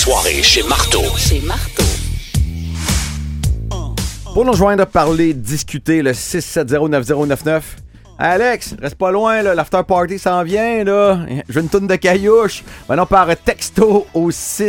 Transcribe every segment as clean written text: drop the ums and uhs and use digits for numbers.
soirée chez Marteau. Pour nous joindre, parler, discuter, le 670-9099. Alex, reste pas loin, là, l'after party s'en vient, là. J'ai une toune de caillouche. Maintenant, par texto au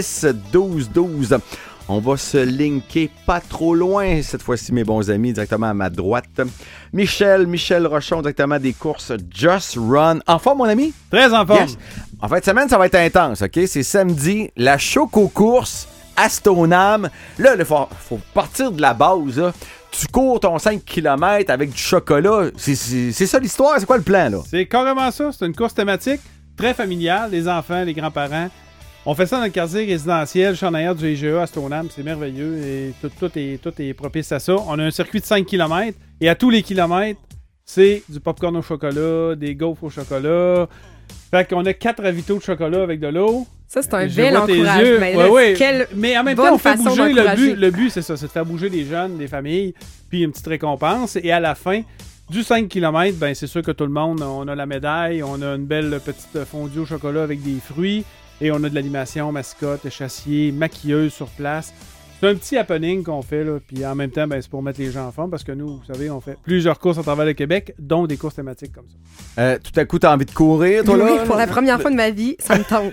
6-12-12. On va se linker pas trop loin, cette fois-ci, mes bons amis, directement à ma droite. Michel Rochon, directement des courses Just Run. En forme, mon ami? Très en forme. Yes. En fin de semaine, ça va être intense, OK? C'est samedi, la Choco-course à Stoneham. Là, il faut partir de la base, là. Tu cours ton 5 km avec du chocolat. C'est ça l'histoire? C'est quoi le plan, là? C'est carrément ça. C'est une course thématique très familiale. Les enfants, les grands-parents. On fait ça dans le quartier résidentiel, champ d'arrière du IGA à Stoneham. C'est merveilleux et tout est propice à ça. On a un circuit de 5 km et à tous les kilomètres, c'est du popcorn au chocolat, des gaufres au chocolat. Fait qu'on a 4 ravitaux de chocolat avec de l'eau. Ça, c'est un bel encouragement. Mais en même temps, on fait bouger le but, c'est ça, c'est de faire bouger les jeunes, les familles, puis une petite récompense. Et à la fin du 5 km, ben c'est sûr que tout le monde, on a la médaille, on a une belle petite fondue au chocolat avec des fruits, et on a de l'animation, mascotte, échassier, maquilleuse sur place. C'est un petit happening qu'on fait, là, puis en même temps, ben, c'est pour mettre les gens en forme, parce que nous, vous savez, on fait plusieurs courses à travers le Québec, dont des courses thématiques comme ça. Tout à coup, t'as envie de courir, toi, là? Oui, pour la première fois de ma vie, ça me tente.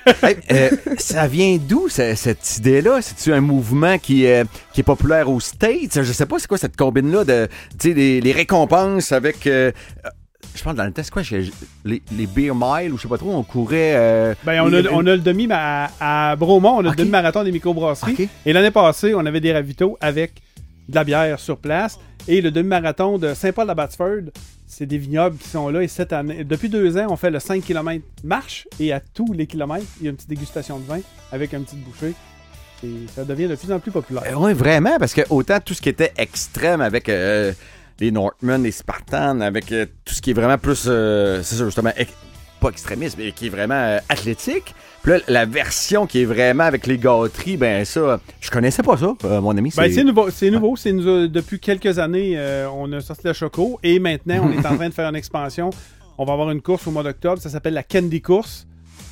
Ça vient d'où, cette idée-là? C'est-tu un mouvement qui est populaire aux States? Je sais pas, c'est quoi cette combine-là de, tu sais, les récompenses avec... je pense dans le test, quoi, les Beer Mile, ou je sais pas trop, on courait... on a le demi à Bromont, on a le demi-marathon des microbrasseries. Okay. Et l'année passée, on avait des ravitaux avec de la bière sur place. Et le demi-marathon de Saint-Paul-d'Abbotsford, c'est des vignobles qui sont là. Et cette année, depuis 2 ans, on fait le 5 km marche. Et à tous les kilomètres, il y a une petite dégustation de vin avec une petite bouchée. Et ça devient de plus en plus populaire. Oui, vraiment, parce que autant tout ce qui était extrême avec... les Northmen, les Spartans, avec tout ce qui est vraiment plus, c'est ça justement, pas extrémiste, mais qui est vraiment athlétique. Puis là, la version qui est vraiment avec les gâteries, ben ça, je connaissais pas ça, mon ami. C'est nouveau. Depuis quelques années, on a sorti la Choco et maintenant, on est en train de faire une expansion. On va avoir une course au mois d'octobre, ça s'appelle la Candy Course.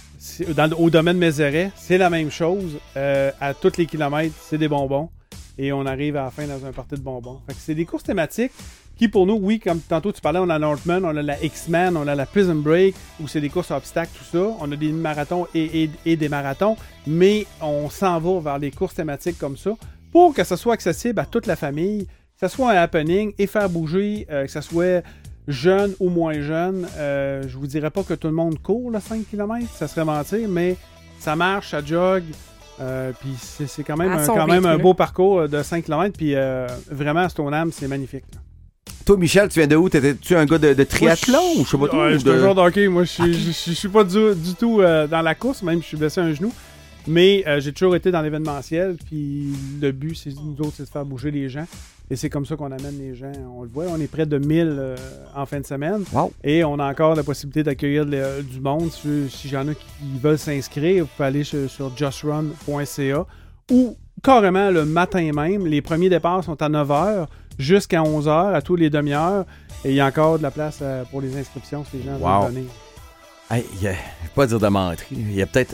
Au domaine Mézeray, c'est la même chose. À tous les kilomètres, c'est des bonbons. Et on arrive à la fin dans un party de bonbons. Fait que c'est des courses thématiques qui, pour nous, oui, comme tantôt tu parlais, on a Northman, on a la X-Man, on a la Prison Break, où c'est des courses à obstacles, tout ça. On a des marathons et des marathons, mais on s'en va vers les courses thématiques comme ça pour que ça soit accessible à toute la famille, que ça soit un happening et faire bouger, que ça soit jeune ou moins jeune. Je vous dirais pas que tout le monde court, là, 5 km, ça serait mentir, mais ça marche, ça jogue. Puis c'est quand même, un beau parcours de 5 km. Puis vraiment, à Stoneham, c'est magnifique. Là. Toi, Michel, tu viens de où? T'étais-tu un gars de triathlon ou je sais pas tout? Je suis un joueur de hockey. Moi, je suis pas du tout dans la course. Même, je suis blessé un genou. Mais j'ai toujours été dans l'événementiel. Puis le but, nous autres, c'est de faire bouger les gens. Et c'est comme ça qu'on amène les gens. On le voit, on est près de 1000 en fin de semaine. Wow. Et on a encore la possibilité d'accueillir du monde. Si j'en ai qui veulent s'inscrire, vous pouvez aller sur justrun.ca ou carrément le matin même. Les premiers départs sont à 9h jusqu'à 11h, à tous les demi-heures. Et il y a encore de la place pour les inscriptions si les gens veulent venir. Hey, je ne vais pas dire de mentir. Il y a peut-être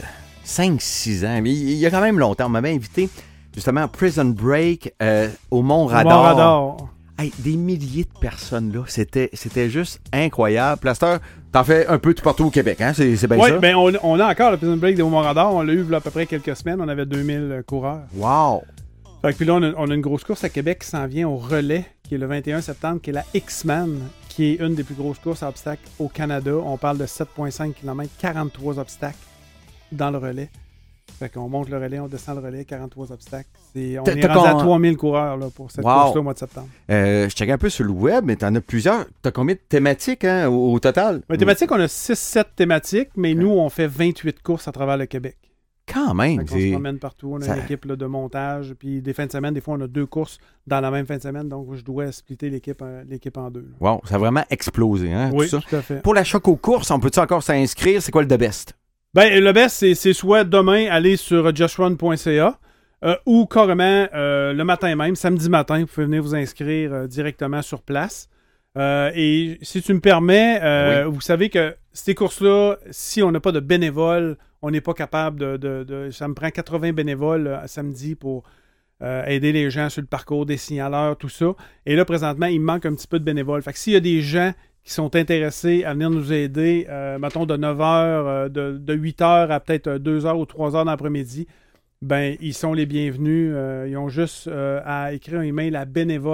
5-6 ans, mais il y a quand même longtemps, on m'avait invité justement Prison Break au Mont-Radar. Hey, des milliers de personnes là, c'était juste incroyable. Plaster, t'en fais un peu tout partout au Québec, hein? C'est bien ça? Oui, bien on a encore le Prison Break de Mont-Radar. On l'a eu là, à peu près quelques semaines. On avait 2000 coureurs. Wow! Fait que puis là, on a une grosse course à Québec qui s'en vient au relais, qui est le 21 septembre, qui est la X-Man, qui est une des plus grosses courses à obstacles au Canada. On parle de 7,5 km, 43 obstacks dans le relais. Fait qu'on monte le relais, on descend le relais, 43 obstacles. On est rendu à 3000 coureurs là, pour cette course-là au mois de septembre. Je checkais un peu sur le web, mais t'en as plusieurs. T'as combien de thématiques hein, au total? Les thématiques, on a 6-7 thématiques, mais nous, on fait 28 courses à travers le Québec. Quand même! On se promène partout, on a une équipe là, de montage, puis des fins de semaine, des fois, on a 2 courses dans la même fin de semaine, donc je dois splitter l'équipe en 2. Là. Wow, ça a vraiment explosé, hein? Oui, tout à fait. Pour la Choco-course, on peut-tu encore s'inscrire? C'est quoi le The Best? Ben, le best, c'est soit demain, aller sur justrun.ca ou carrément le matin même, samedi matin, vous pouvez venir vous inscrire directement sur place. Et si tu me permets, vous savez que ces courses-là, si on n'a pas de bénévoles, on n'est pas capable ça me prend 80 bénévoles samedi pour aider les gens sur le parcours, des signaleurs, tout ça. Et là, présentement, il me manque un petit peu de bénévoles. Fait que s'il y a des gens qui sont intéressés à venir nous aider, mettons de 9h, de 8h à peut-être 2h ou 3h dans l'après-midi, ben ils sont les bienvenus. Ils ont juste à écrire un email à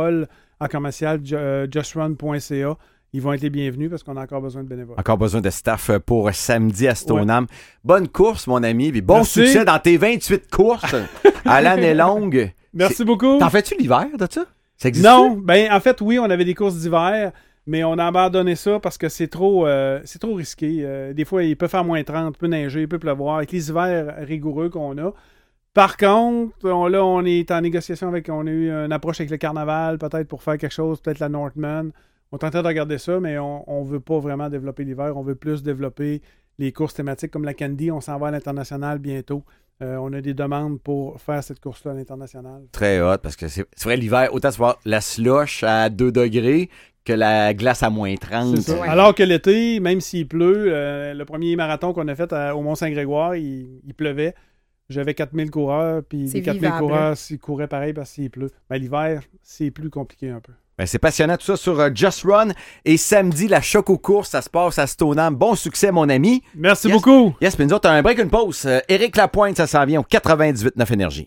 bénévole@justrun.ca. Ils vont être les bienvenus parce qu'on a encore besoin de bénévoles. Encore besoin de staff pour samedi à Stoneham. Ouais. Bonne course, mon ami. Puis bon Merci. Succès dans tes 28 courses à l'année longue. Merci beaucoup. T'en fais-tu l'hiver de ça? Ça existe? Non. Ben, en fait, oui, on avait des courses d'hiver, mais on a abandonné ça parce que c'est trop risqué. Des fois, il peut faire moins 30, il peut neiger, il peut pleuvoir. Avec les hivers rigoureux qu'on a. Par contre, on est en négociation on a eu une approche avec le carnaval, peut-être pour faire quelque chose, peut-être la Northman. On est en train de regarder ça, mais on ne veut pas vraiment développer l'hiver. On veut plus développer les courses thématiques comme la Candy. On s'en va à l'international bientôt. On a des demandes pour faire cette course-là à l'international. Très hot, parce que c'est vrai, l'hiver, autant se voir la slush à 2 degrés que la glace à moins 30. C'est ça. Ouais. Alors que l'été, même s'il pleut, le premier marathon qu'on a fait au Mont-Saint-Grégoire, il pleuvait. J'avais 4000 coureurs, puis les 4000 coureurs, ils couraient pareil parce qu'il pleut. Mais l'hiver, c'est plus compliqué un peu. Ben, c'est passionnant tout ça sur Just Run. Et samedi, la Choco Course, ça se passe à Stoneham. Bon succès, mon ami. Merci beaucoup. Yes, puis nous autres, un break, une pause. Éric Lapointe, ça s'en vient au 98.9 Énergie.